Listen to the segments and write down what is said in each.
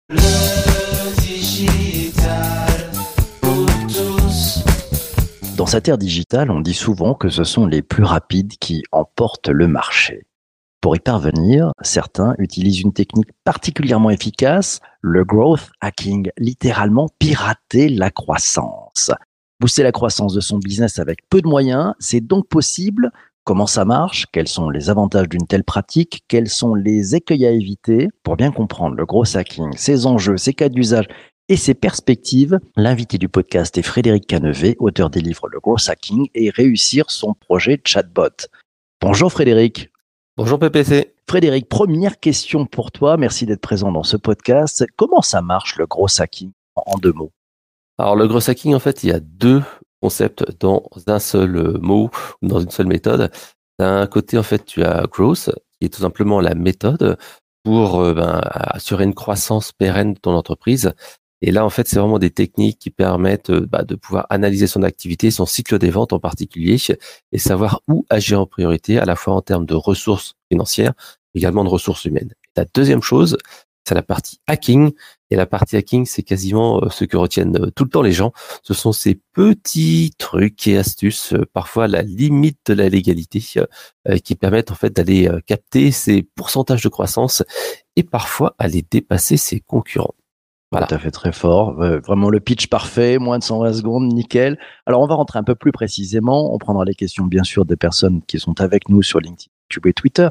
Le digital pour tous. Dans cette ère digitale, on dit souvent que ce sont les plus rapides qui emportent le marché. Pour y parvenir, certains utilisent une technique particulièrement efficace, le growth hacking, littéralement pirater la croissance. Booster la croissance de son business avec peu de moyens, c'est donc possible. Comment ça marche? Quels sont les avantages d'une telle pratique? Quels sont les écueils à éviter? Pour bien comprendre le growth hacking, ses enjeux, ses cas d'usage et ses perspectives, l'invité du podcast est Frédéric Canevet, auteur des livres Le Growth Hacking et Réussir son projet chatbot. Bonjour Frédéric. Bonjour PPC. Frédéric, première question pour toi. Merci d'être présent dans ce podcast. Comment ça marche le growth hacking en deux mots? Alors le growth hacking, en fait, il y a deux concepts dans un seul mot ou dans une seule méthode. D'un côté, en fait, tu as growth, qui est tout simplement la méthode pour assurer une croissance pérenne de ton entreprise. Et là, en fait, c'est vraiment des techniques qui permettent de pouvoir analyser son activité, son cycle des ventes en particulier, et savoir où agir en priorité, à la fois en termes de ressources financières, mais également de ressources humaines. Et la deuxième chose, c'est la partie hacking. Et la partie hacking, c'est quasiment ce que retiennent tout le temps les gens. Ce sont ces petits trucs et astuces, parfois à la limite de la légalité, qui permettent en fait d'aller capter ces pourcentages de croissance et parfois aller dépasser ses concurrents. Voilà. Tout à fait, très fort. Vraiment le pitch parfait, moins de 120 secondes, nickel. Alors, on va rentrer un peu plus précisément. On prendra les questions, bien sûr, des personnes qui sont avec nous sur LinkedIn, YouTube et Twitter.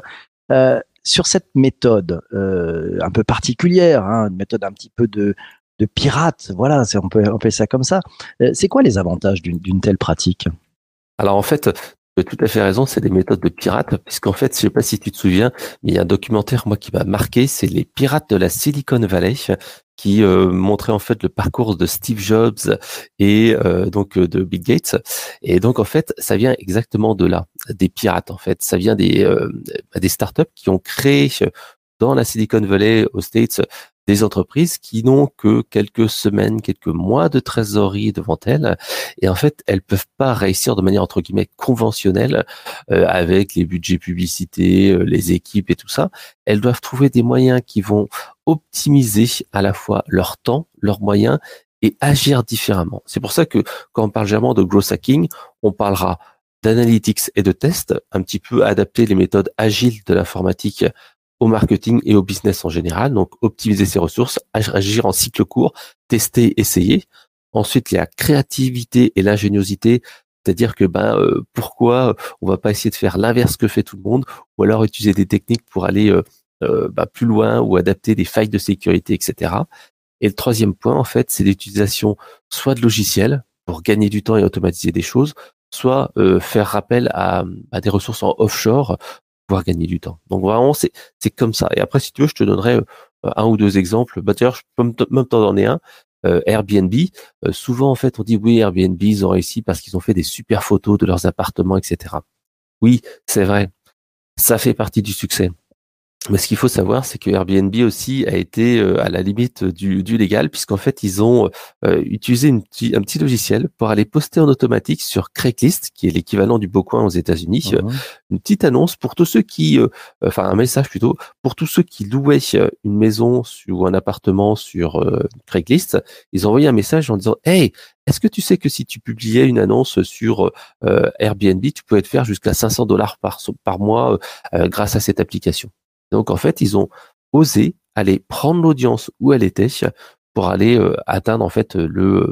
Sur cette méthode un peu particulière, une méthode un petit peu de pirate, voilà, on peut appeler ça comme ça. C'est quoi les avantages d'une telle pratique? Alors en fait, tu as tout à fait raison, c'est des méthodes de pirates, puisqu'en fait, je sais pas si tu te souviens, mais il y a un documentaire, moi, qui m'a marqué, c'est les pirates de la Silicon Valley, qui montrait en fait le parcours de Steve Jobs et de Bill Gates. Et donc en fait, ça vient exactement de là, des pirates en fait. Ça vient des startups qui ont créé dans la Silicon Valley aux States des entreprises qui n'ont que quelques semaines, quelques mois de trésorerie devant elles. Et en fait, elles peuvent pas réussir de manière entre guillemets conventionnelle avec les budgets publicités, les équipes et tout ça. Elles doivent trouver des moyens qui vont optimiser à la fois leur temps, leurs moyens et agir différemment. C'est pour ça que quand on parle généralement de growth hacking, on parlera d'analytics et de tests, un petit peu adapter les méthodes agiles de l'informatique au marketing et au business en général. Donc, optimiser ses ressources, agir en cycle court, tester, essayer. Ensuite, il y a la créativité et l'ingéniosité, c'est-à-dire que pourquoi on va pas essayer de faire l'inverse que fait tout le monde, ou alors utiliser des techniques pour aller plus loin ou adapter des failles de sécurité, etc. Et le troisième point, en fait, c'est l'utilisation soit de logiciels pour gagner du temps et automatiser des choses, soit faire rappel à des ressources en offshore pouvoir gagner du temps. Donc vraiment, c'est comme ça. Et après, si tu veux, je te donnerai un ou deux exemples. D'ailleurs, je peux même t'en donner un. Airbnb. Souvent, en fait, on dit oui, Airbnb, ils ont réussi parce qu'ils ont fait des super photos de leurs appartements, etc. Oui, c'est vrai. Ça fait partie du succès. Mais ce qu'il faut savoir, c'est que Airbnb aussi a été à la limite du légal, puisqu'en fait, ils ont utilisé un petit logiciel pour aller poster en automatique sur Craigslist, qui est l'équivalent du Beaucoin aux États-Unis, une petite annonce pour tous ceux qui, un message plutôt, pour tous ceux qui louaient une maison ou un appartement sur Craigslist. Ils ont envoyé un message en disant « Hey, est-ce que tu sais que si tu publiais une annonce sur Airbnb, tu pouvais te faire jusqu'à $500 par mois grâce à cette application ?» Donc en fait, ils ont osé aller prendre l'audience où elle était pour aller atteindre en fait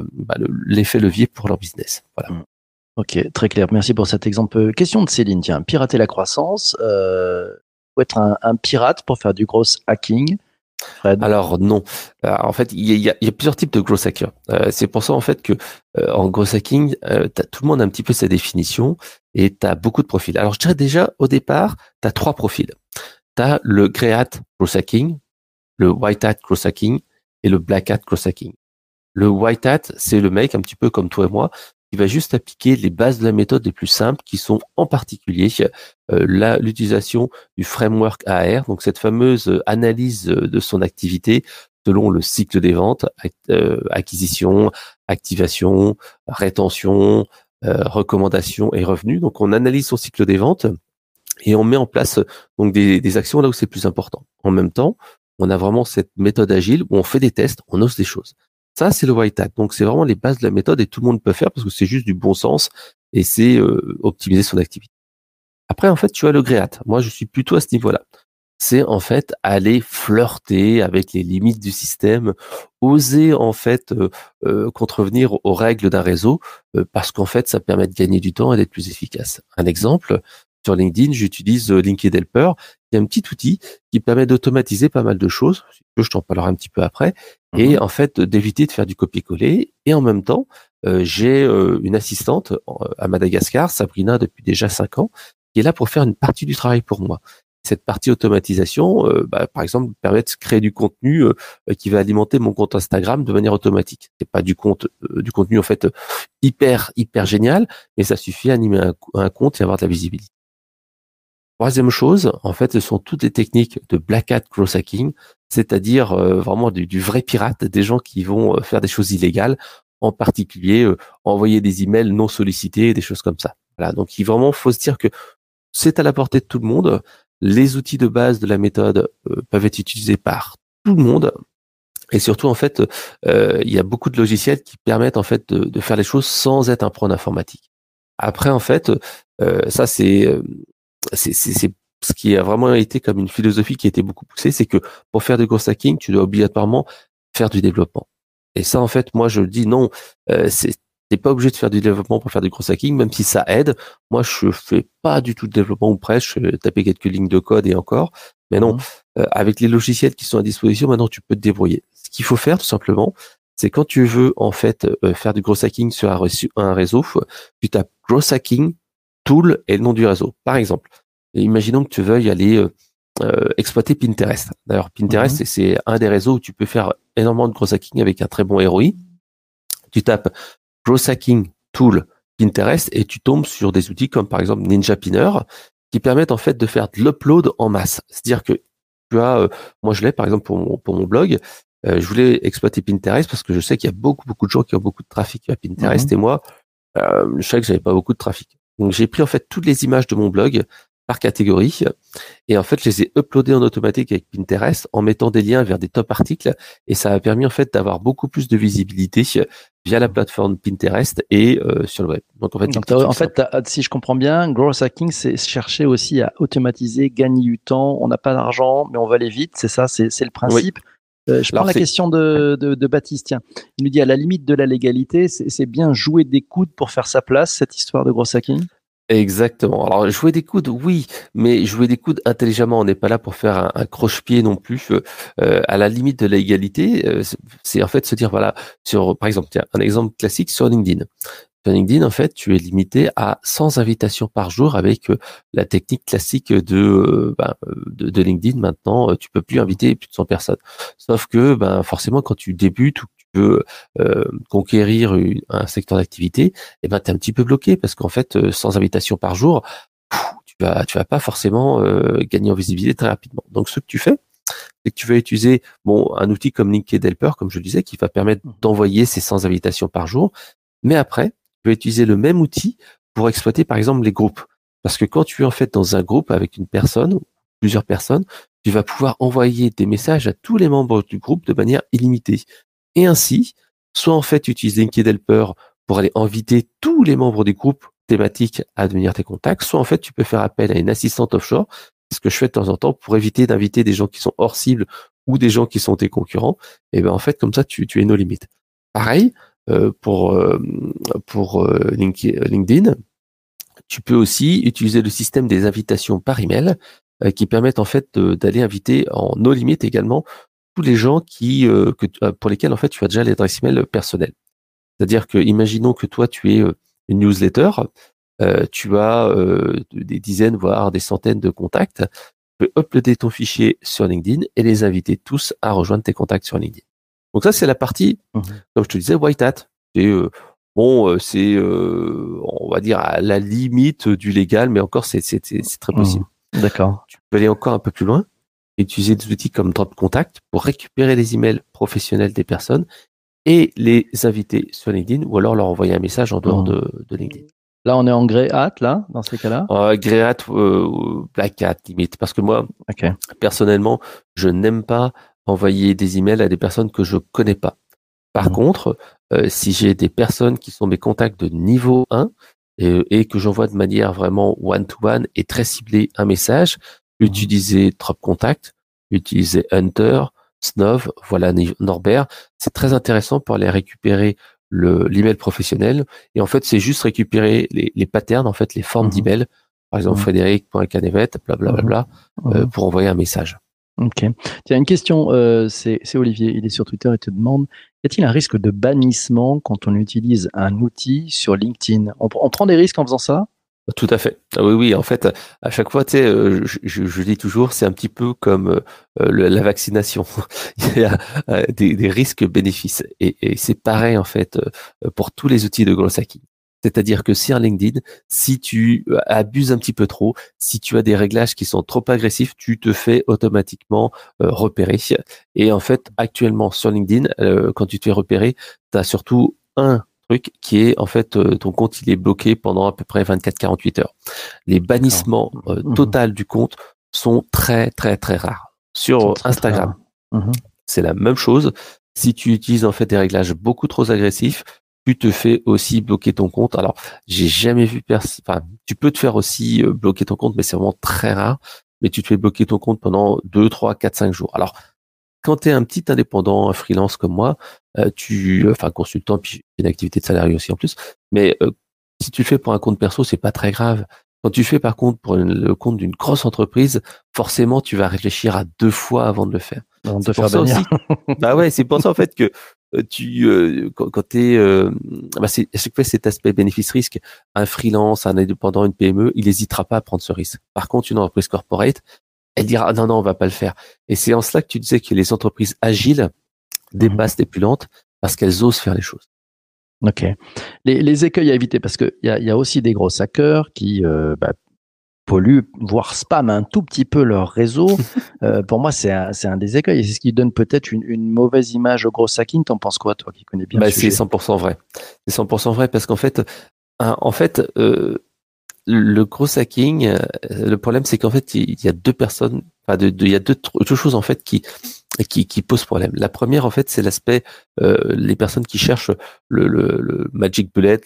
l'effet levier pour leur business. Voilà. Ok, très clair. Merci pour cet exemple. Question de Céline, tiens, pirater la croissance. Faut être un pirate pour faire du growth hacking. Fred? Alors non. En fait, il y a plusieurs types de growth hackers. C'est pour ça en fait que en growth hacking, tout le monde a un petit peu sa définition et tu as beaucoup de profils. Alors je dirais déjà au départ, tu as trois profils. T'as le grey hat growth hacking, le white hat growth hacking et le black hat growth hacking. Le white hat, c'est le mec un petit peu comme toi et moi qui va juste appliquer les bases de la méthode les plus simples qui sont en particulier l'utilisation du framework AR, donc cette fameuse analyse de son activité selon le cycle des ventes, acquisition, activation, rétention, recommandation et revenus. Donc on analyse son cycle des ventes et on met en place donc des actions là où c'est plus important. En même temps, on a vraiment cette méthode agile où on fait des tests, on ose des choses. Ça, c'est le white hat. Donc, c'est vraiment les bases de la méthode et tout le monde peut faire parce que c'est juste du bon sens et c'est optimiser son activité. Après, en fait, tu as le grey hat. Moi, je suis plutôt à ce niveau-là. C'est en fait aller flirter avec les limites du système, oser en fait contrevenir aux règles d'un réseau parce qu'en fait, ça permet de gagner du temps et d'être plus efficace. Un exemple, sur LinkedIn, j'utilise LinkedIn Helper, qui est un petit outil qui permet d'automatiser pas mal de choses. Si tu veux, je t'en parlerai un petit peu après. Et en fait, d'éviter de faire du copier-coller. Et en même temps, j'ai une assistante à Madagascar, Sabrina, depuis déjà 5 ans, qui est là pour faire une partie du travail pour moi. Cette partie automatisation, par exemple, permet de créer du contenu qui va alimenter mon compte Instagram de manière automatique. C'est pas du contenu en fait hyper génial, mais ça suffit à animer un compte et avoir de la visibilité. Troisième chose, en fait, ce sont toutes les techniques de black hat growth hacking, c'est-à-dire vraiment du vrai pirate, des gens qui vont faire des choses illégales, en particulier envoyer des emails non sollicités, des choses comme ça. Voilà, donc il faut se dire que c'est à la portée de tout le monde. Les outils de base de la méthode peuvent être utilisés par tout le monde. Et surtout, en fait, il y a beaucoup de logiciels qui permettent en fait de faire les choses sans être un pro en informatique. Après, en fait, ça c'est ce qui a vraiment été comme une philosophie qui a été beaucoup poussée, c'est que pour faire du growth hacking, tu dois obligatoirement faire du développement. Et ça, en fait, moi, je dis non. T'es pas obligé de faire du développement pour faire du growth hacking, même si ça aide. Moi, je fais pas du tout de développement ou presque. Je taper quelques lignes de code et encore. Mais non, avec les logiciels qui sont à disposition, maintenant, tu peux te débrouiller. Ce qu'il faut faire, tout simplement, c'est quand tu veux, en fait, faire du growth hacking sur un réseau, tu tapes growth hacking, tool et le nom du réseau. Par exemple, imaginons que tu veuilles aller exploiter Pinterest. D'ailleurs, Pinterest, c'est un des réseaux où tu peux faire énormément de growth hacking avec un très bon ROI. Tu tapes growth hacking tool Pinterest et tu tombes sur des outils comme par exemple Ninja Pinner qui permettent en fait de faire de l'upload en masse. C'est-à-dire que tu as, moi je l'ai par exemple pour mon blog, je voulais exploiter Pinterest parce que je sais qu'il y a beaucoup de gens qui ont beaucoup de trafic à Pinterest et moi, je sais que j'avais pas beaucoup de trafic. Donc j'ai pris en fait toutes les images de mon blog par catégorie et en fait je les ai uploadées en automatique avec Pinterest en mettant des liens vers des top articles et ça a permis en fait d'avoir beaucoup plus de visibilité via la plateforme Pinterest et sur le web. Donc en fait, si je comprends bien, growth hacking, c'est chercher aussi à automatiser, gagner du temps. On n'a pas d'argent, mais on va aller vite. C'est ça, c'est le principe. Oui. Je prends la question de Baptiste. Tiens, il nous dit à la limite de la légalité, c'est bien jouer des coudes pour faire sa place, cette histoire de growth hacking. Exactement. Alors jouer des coudes, oui, mais jouer des coudes intelligemment. On n'est pas là pour faire un croche-pied non plus. À la limite de la légalité, c'est en fait se dire voilà, par exemple, tiens, un exemple classique sur LinkedIn. Sur LinkedIn, en fait, tu es limité à 100 invitations par jour avec la technique classique de LinkedIn. Maintenant, tu peux plus inviter plus de 100 personnes. Sauf que, forcément, quand tu débutes ou que tu veux conquérir un secteur d'activité, tu es un petit peu bloqué parce qu'en fait, 100 invitations par jour, tu vas pas forcément gagner en visibilité très rapidement. Donc, ce que tu fais, c'est que tu vas utiliser un outil comme LinkedIn Helper, comme je le disais, qui va permettre d'envoyer ces 100 invitations par jour. Mais après, tu vas utiliser le même outil pour exploiter, par exemple, les groupes. Parce que quand tu es en fait dans un groupe avec une personne, ou plusieurs personnes, tu vas pouvoir envoyer des messages à tous les membres du groupe de manière illimitée. Et ainsi, soit en fait, tu utilises LinkedIn Helper pour aller inviter tous les membres du groupe thématique à devenir tes contacts, soit en fait, tu peux faire appel à une assistante offshore, ce que je fais de temps en temps pour éviter d'inviter des gens qui sont hors cible ou des gens qui sont tes concurrents. Et en fait, comme ça, tu es nos limites. Pareil, pour LinkedIn, tu peux aussi utiliser le système des invitations par email qui permettent en fait d'aller inviter en no limit également tous les gens pour lesquels en fait tu as déjà l'adresse email personnelle. C'est-à-dire que imaginons que toi tu es une newsletter, tu as des dizaines voire des centaines de contacts, tu peux uploader ton fichier sur LinkedIn et les inviter tous à rejoindre tes contacts sur LinkedIn. Donc ça, c'est la partie, comme je te disais, white hat. Et on va dire, à la limite du légal, mais encore, c'est très possible. D'accord. Tu peux aller encore un peu plus loin, utiliser des outils comme Drop Contact pour récupérer les emails professionnels des personnes et les inviter sur LinkedIn ou alors leur envoyer un message en dehors de LinkedIn. Là, on est en grey hat, là, dans ces cas-là. Grey hat, black hat limite, parce que moi, Ok. personnellement, je n'aime pas envoyer des emails à des personnes que je connais pas. Par Mhm. contre, si j'ai des personnes qui sont mes contacts de niveau 1 et que j'envoie de manière vraiment one-to-one et très ciblée un message, utiliser Drop Contact, utiliser Hunter, Snov, voilà Norbert. C'est très intéressant pour aller récupérer l'email professionnel. Et en fait, c'est juste récupérer les patterns, en fait, les formes d'email. Par exemple, Frédéric.canevet, blablabla, pour envoyer un message. Ok. Tiens, une question, c'est Olivier, il est sur Twitter et te demande, y a-t-il un risque de bannissement quand on utilise un outil sur LinkedIn? On prend des risques en faisant ça? Tout à fait. Oui, oui. En fait, à chaque fois, tu sais, je dis toujours, c'est un petit peu comme la vaccination. Il y a des risques bénéfices, et c'est pareil en fait pour tous les outils de growth hacking. C'est-à-dire que sur LinkedIn, si tu abuses un petit peu trop, si tu as des réglages qui sont trop agressifs, tu te fais automatiquement repérer. Et en fait, actuellement sur LinkedIn, quand tu te fais repérer, tu as surtout un truc qui est en fait ton compte il est bloqué pendant à peu près 24-48 heures. Les bannissements total du compte sont très très très rares. Sur Instagram, c'est la même chose. Si tu utilises en fait des réglages beaucoup trop agressifs, tu te fais aussi bloquer ton compte. Alors, j'ai jamais vu enfin, tu peux te faire aussi bloquer ton compte, mais c'est vraiment très rare. Mais tu te fais bloquer ton compte pendant 2, 3, 4, 5 jours. Alors, quand tu es un petit indépendant, un freelance comme moi, enfin consultant, puis une activité de salarié aussi en plus, mais si tu le fais pour un compte perso, c'est pas très grave. Quand tu fais par contre pour le compte d'une grosse entreprise, forcément tu vas réfléchir à 2 fois avant de le faire. Avant de C'est te pour faire ça bannir. aussi. Bah ouais, c'est pour ça en fait que quand t'es, c'est à chaque fois cet aspect bénéfice-risque. Un freelance, un indépendant, une PME, il n'hésitera pas à prendre ce risque. Par contre, une entreprise corporate, elle dira non, on va pas le faire. Et c'est en cela que tu disais que les entreprises agiles dépassent les plus lentes parce qu'elles osent faire les choses. Ok. Les écueils à éviter, parce qu'il y a aussi des gros hackers qui polluent, voire spamment un tout petit peu leur réseau. Pour moi, c'est un des écueils. Et c'est ce qui donne peut-être une mauvaise image au gros hacking. T'en penses quoi, toi, qui connais bien le C'est sujet? 100% vrai. C'est 100% vrai parce qu'en fait, le gros hacking, le problème, c'est qu'en fait, il y a deux personnes, enfin, il y a deux choses en fait qui posent problème. La première, en fait, c'est l'aspect les personnes qui cherchent le magic bullet,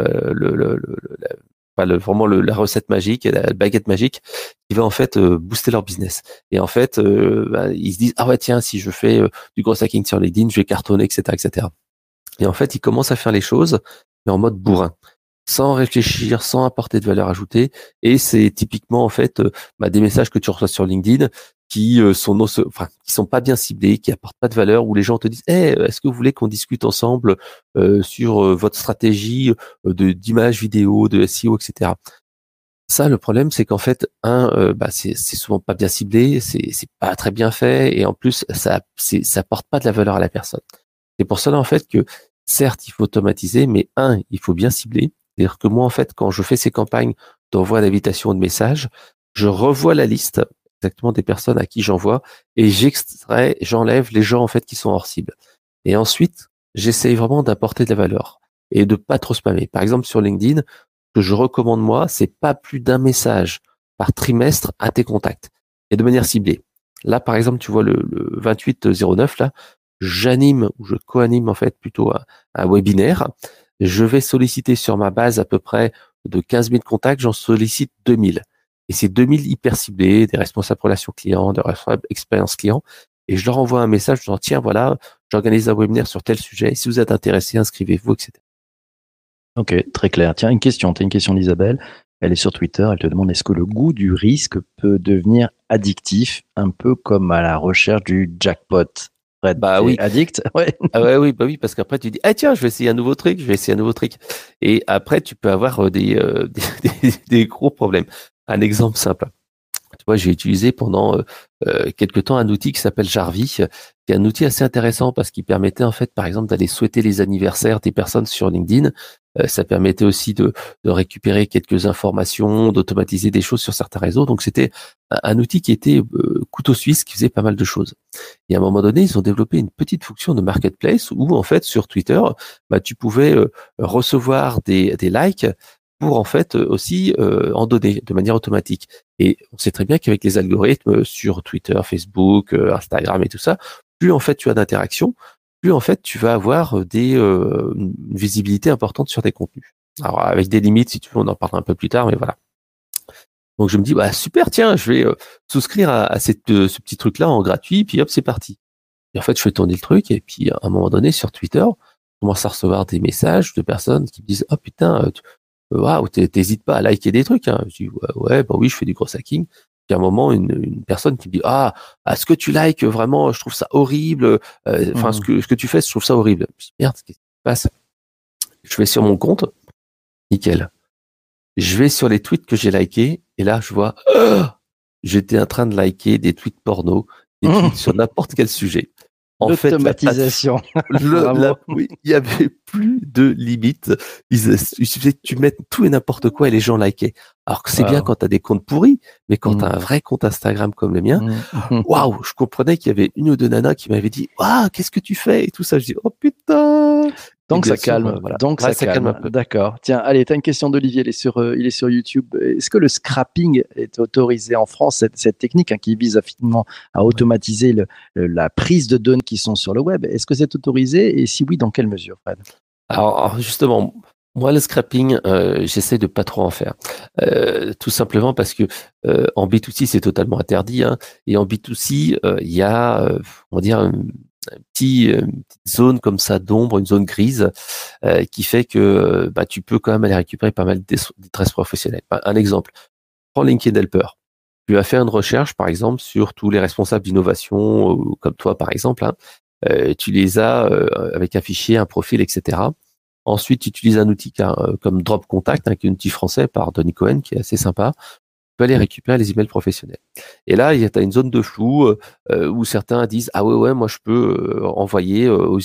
vraiment la recette magique, la baguette magique, qui va en fait booster leur business. Et en fait, ils se disent ah ouais tiens, si je fais du gros hacking sur LinkedIn, je vais cartonner, etc., etc. Et en fait, ils commencent à faire les choses, mais en mode bourrin, sans réfléchir, sans apporter de valeur ajoutée. Et c'est typiquement en fait des messages que tu reçois sur LinkedIn qui qui sont pas bien ciblés, qui apportent pas de valeur, où les gens te disent est-ce que vous voulez qu'on discute ensemble sur votre stratégie d'image vidéo, de SEO, etc. Ça, le problème, c'est qu'en fait, c'est souvent pas bien ciblé, c'est pas très bien fait, et en plus, ça apporte pas de la valeur à la personne. C'est pour cela, en fait, que certes, il faut automatiser, mais il faut bien cibler. C'est-à-dire que moi, en fait, quand je fais ces campagnes d'envoi d'invitation de messages, je revois la liste exactement des personnes à qui j'envoie et j'enlève les gens, en fait, qui sont hors cible. Et ensuite, j'essaye vraiment d'apporter de la valeur et de pas trop spammer. Par exemple, sur LinkedIn, ce que je recommande, moi, c'est pas plus d'un message par trimestre à tes contacts et de manière ciblée. Là, par exemple, tu vois le 28/09, là, j'anime ou je co-anime en fait plutôt un webinaire. Je vais solliciter sur ma base à peu près de 15 000 contacts, j'en sollicite 2000. Et c'est 2000 hyper ciblés, des responsables relations clients, des responsables expérience client. Et je leur envoie un message, je leur dis tiens, voilà, j'organise un webinaire sur tel sujet. Si vous êtes intéressé, inscrivez-vous, etc. Ok, très clair. Tiens, t'as une question d'Isabelle. Elle est sur Twitter, elle te demande est-ce que le goût du risque peut devenir addictif, un peu comme à la recherche du jackpot? Fred, Bah t'es oui. addict? Ouais. Ah ouais, oui, bah oui, parce qu'après tu dis, ah tiens, je vais essayer un nouveau truc, je vais essayer un nouveau truc. Et après, tu peux avoir des gros problèmes. Un exemple simple. Tu vois, j'ai utilisé pendant quelque temps un outil qui s'appelle Jarvis, qui est un outil assez intéressant parce qu'il permettait en fait, par exemple, d'aller souhaiter les anniversaires des personnes sur LinkedIn. Ça permettait aussi de récupérer quelques informations, d'automatiser des choses sur certains réseaux. Donc c'était un outil qui était couteau suisse, qui faisait pas mal de choses. Et à un moment donné, ils ont développé une petite fonction de marketplace où en fait sur Twitter, tu pouvais recevoir des likes pour en fait aussi en donner de manière automatique. Et on sait très bien qu'avec les algorithmes sur Twitter, Facebook, Instagram et tout ça, plus en fait tu as d'interactions, plus en fait tu vas avoir une visibilité importante sur tes contenus. Alors avec des limites, si tu veux, on en parlera un peu plus tard, mais voilà. Donc je me dis bah super, tiens, je vais souscrire à ce petit truc-là en gratuit, puis hop, c'est parti. Et en fait, je fais tourner le truc, et puis à un moment donné, sur Twitter, je commence à recevoir des messages de personnes qui me disent oh putain, waouh, t'hésites pas à liker des trucs, hein. Je dis ouais, bah oui, je fais du gros hacking. Puis à un moment, une personne qui me dit ce que tu likes vraiment, je trouve ça horrible. Enfin, ce que tu fais, je trouve ça horrible. Je dis merde, qu'est-ce qui se passe? Je vais sur mon compte, nickel. Je vais sur les tweets que j'ai likés, et là, je vois j'étais en train de liker des tweets porno, des tweets sur n'importe quel sujet. En fait, l'automatisation. oui, il y avait plus de limites. Il suffisait que tu mettes tout et n'importe quoi et les gens likaient. Alors que c'est bien quand tu as des comptes pourris, mais quand tu as un vrai compte Instagram comme le mien, waouh, je comprenais qu'il y avait une ou deux nanas qui m'avaient dit waouh, qu'est-ce que tu fais et tout ça. Je dis oh putain. Donc ça calme. Voilà. Donc ça calme un peu. D'accord. Tiens, allez, tu as une question d'Olivier, il est sur YouTube. Est-ce que le scrapping est autorisé en France, cette technique qui vise finalement à automatiser la prise de données qui sont sur le web? Est-ce que c'est autorisé, et si oui, dans quelle mesure, Fred? Alors justement, moi le scrapping, j'essaie de pas trop en faire, tout simplement parce que en B2C c'est totalement interdit, hein, et en B2C il y a, on va dire une petite zone comme ça d'ombre, une zone grise, qui fait que tu peux quand même aller récupérer pas mal de détresse professionnelle. Un exemple, prends LinkedIn Helper. Tu vas faire une recherche par exemple sur tous les responsables d'innovation, comme toi par exemple, hein. Tu les as avec un fichier, un profil, etc. Ensuite, tu utilises un outil comme Drop Contact, qui est un outil français par Donny Cohen, qui est assez sympa. Tu peux aller récupérer les emails professionnels. Et là, tu as une zone de flou où certains disent ah ouais, moi je peux envoyer aux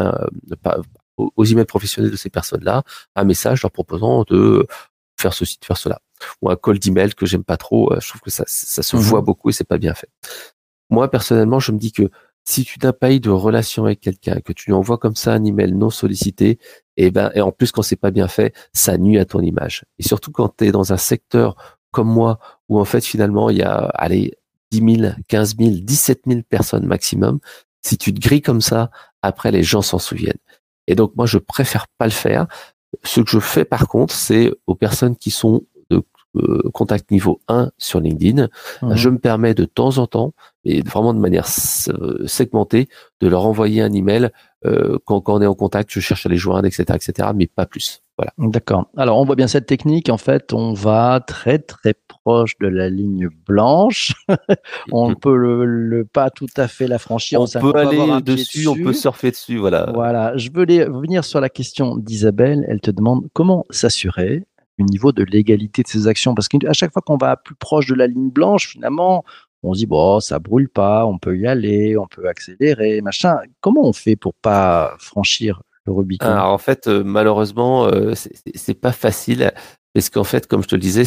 emails professionnels de ces personnes-là un message leur proposant de faire ceci, de faire cela, ou un call d'email que j'aime pas trop. Je trouve que ça se voit beaucoup et c'est pas bien fait. Moi personnellement, je me dis que si tu n'as pas eu de relation avec quelqu'un, que tu lui envoies comme ça un email non sollicité, et en plus quand c'est pas bien fait, ça nuit à ton image. Et surtout quand tu es dans un secteur comme moi, où en fait finalement il y a 10 000, 15 000, 17 000 personnes maximum, si tu te grilles comme ça, après les gens s'en souviennent. Et donc moi je préfère pas le faire. Ce que je fais par contre, c'est aux personnes qui sont de contact niveau 1 sur LinkedIn, je me permets de temps en temps, et vraiment de manière segmentée, de leur envoyer un email quand on est en contact, je cherche à les joindre, etc., mais pas plus. Voilà. D'accord. Alors, on voit bien cette technique. En fait, on va très, très proche de la ligne blanche. On peut le pas tout à fait la franchir. On peut aller dessus, on peut surfer dessus. Voilà. Voilà. Je veux venir sur la question d'Isabelle. Elle te demande comment s'assurer du niveau de légalité de ces actions. Parce qu'à chaque fois qu'on va plus proche de la ligne blanche, finalement, on se dit, bon, ça brûle pas, on peut y aller, on peut accélérer, machin. Comment on fait pour pas franchir le Rubicon? Alors, en fait, malheureusement, c'est pas facile, parce qu'en fait, comme je te le disais,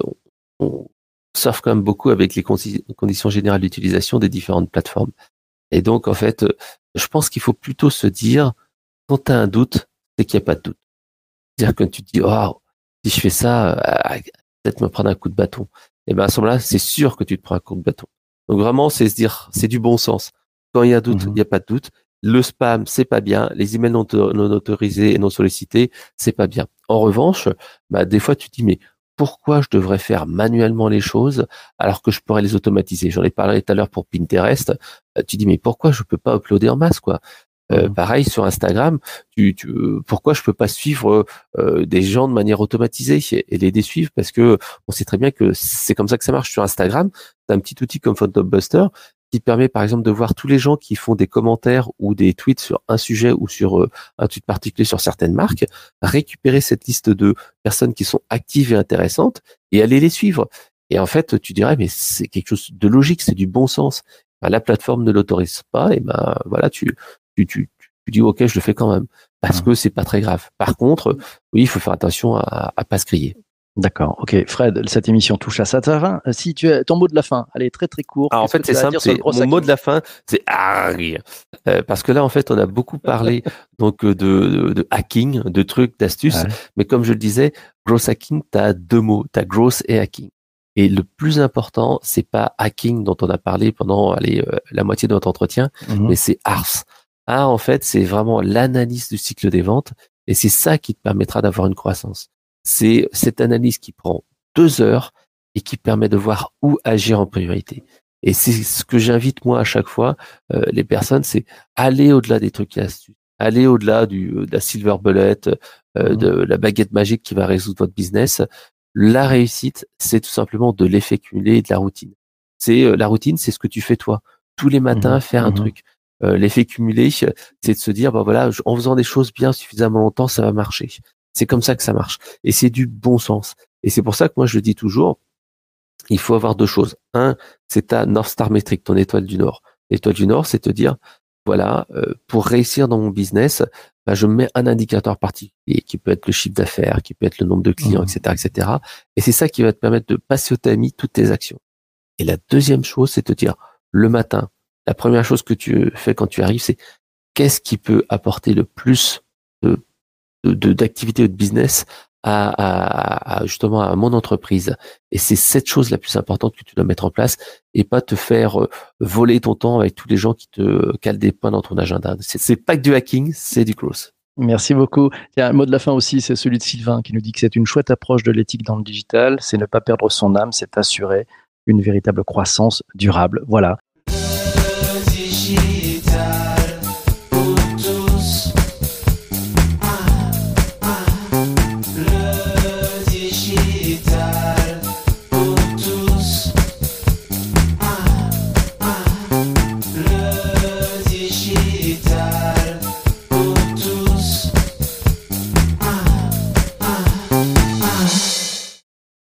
on surfe quand même beaucoup avec les conditions générales d'utilisation des différentes plateformes. Et donc, en fait, je pense qu'il faut plutôt se dire, quand tu as un doute, c'est qu'il n'y a pas de doute. C'est-à-dire que tu te dis, oh, si je fais ça, peut-être me prendre un coup de bâton. Et à ce moment-là, c'est sûr que tu te prends un coup de bâton. Donc vraiment, c'est se dire, c'est du bon sens. Quand il y a doute, il n'y a pas de doute. Le spam, c'est pas bien. Les emails non autorisés et non sollicités, c'est pas bien. En revanche, des fois, tu te dis, mais pourquoi je devrais faire manuellement les choses alors que je pourrais les automatiser? J'en ai parlé tout à l'heure pour Pinterest. Tu dis, mais pourquoi je peux pas uploader en masse, quoi? Pareil sur Instagram, pourquoi je peux pas suivre des gens de manière automatisée et les désuivre? Parce que on sait très bien que c'est comme ça que ça marche sur Instagram. T'as un petit outil comme Photo Buster qui permet par exemple de voir tous les gens qui font des commentaires ou des tweets sur un sujet ou sur un tweet particulier sur certaines marques, récupérer cette liste de personnes qui sont actives et intéressantes et aller les suivre. Et en fait, tu dirais, mais c'est quelque chose de logique, c'est du bon sens. La plateforme ne l'autorise pas, et voilà, tu dis ok, je le fais quand même parce que c'est pas très grave. Par contre, oui, il faut faire attention à pas se griller. D'accord. Ok, Fred, cette émission touche à sa fin. Si tu as ton mot de la fin, allez, très très court. Alors en fait, c'est simple. Mon mot de la fin, c'est parce que là, en fait, on a beaucoup parlé donc de hacking, de trucs, d'astuces, mais comme je le disais, Growth hacking, tu as deux mots, tu as growth et hacking. Et le plus important, c'est pas hacking dont on a parlé pendant la moitié de notre entretien, mais c'est ARS. ARS, en fait, c'est vraiment l'analyse du cycle des ventes et c'est ça qui te permettra d'avoir une croissance. C'est cette analyse qui prend 2 heures et qui permet de voir où agir en priorité. Et c'est ce que j'invite moi à chaque fois les personnes, c'est aller au-delà des trucs et astuces, aller au-delà de la silver bullet, de la baguette magique qui va résoudre votre business. La réussite, c'est tout simplement de l'effet cumulé et de la routine. C'est la routine, c'est ce que tu fais toi tous les matins, faire un truc. L'effet cumulé, c'est de se dire, bah voilà, en faisant des choses bien suffisamment longtemps, ça va marcher. C'est comme ça que ça marche. Et c'est du bon sens. Et c'est pour ça que moi, je le dis toujours, il faut avoir 2 choses. Un, c'est ta North Star Metric, ton étoile du Nord. L'étoile du Nord, c'est te dire, voilà, pour réussir dans mon business, bah, je mets un indicateur particulier qui peut être le chiffre d'affaires, qui peut être le nombre de clients, etc., etc. Et c'est ça qui va te permettre de passer au tamis toutes tes actions. Et la deuxième chose, c'est te dire, le matin, la première chose que tu fais quand tu arrives, c'est qu'est-ce qui peut apporter le plus d'activité ou de business justement à mon entreprise. Et c'est cette chose la plus importante que tu dois mettre en place et pas te faire voler ton temps avec tous les gens qui te calent des points dans ton agenda. C'est pas que du hacking, c'est du growth. Merci beaucoup. Tiens, un mot de la fin aussi, c'est celui de Sylvain qui nous dit que c'est une chouette approche de l'éthique dans le digital. C'est ne pas perdre son âme, c'est assurer une véritable croissance durable. Voilà. Le digital.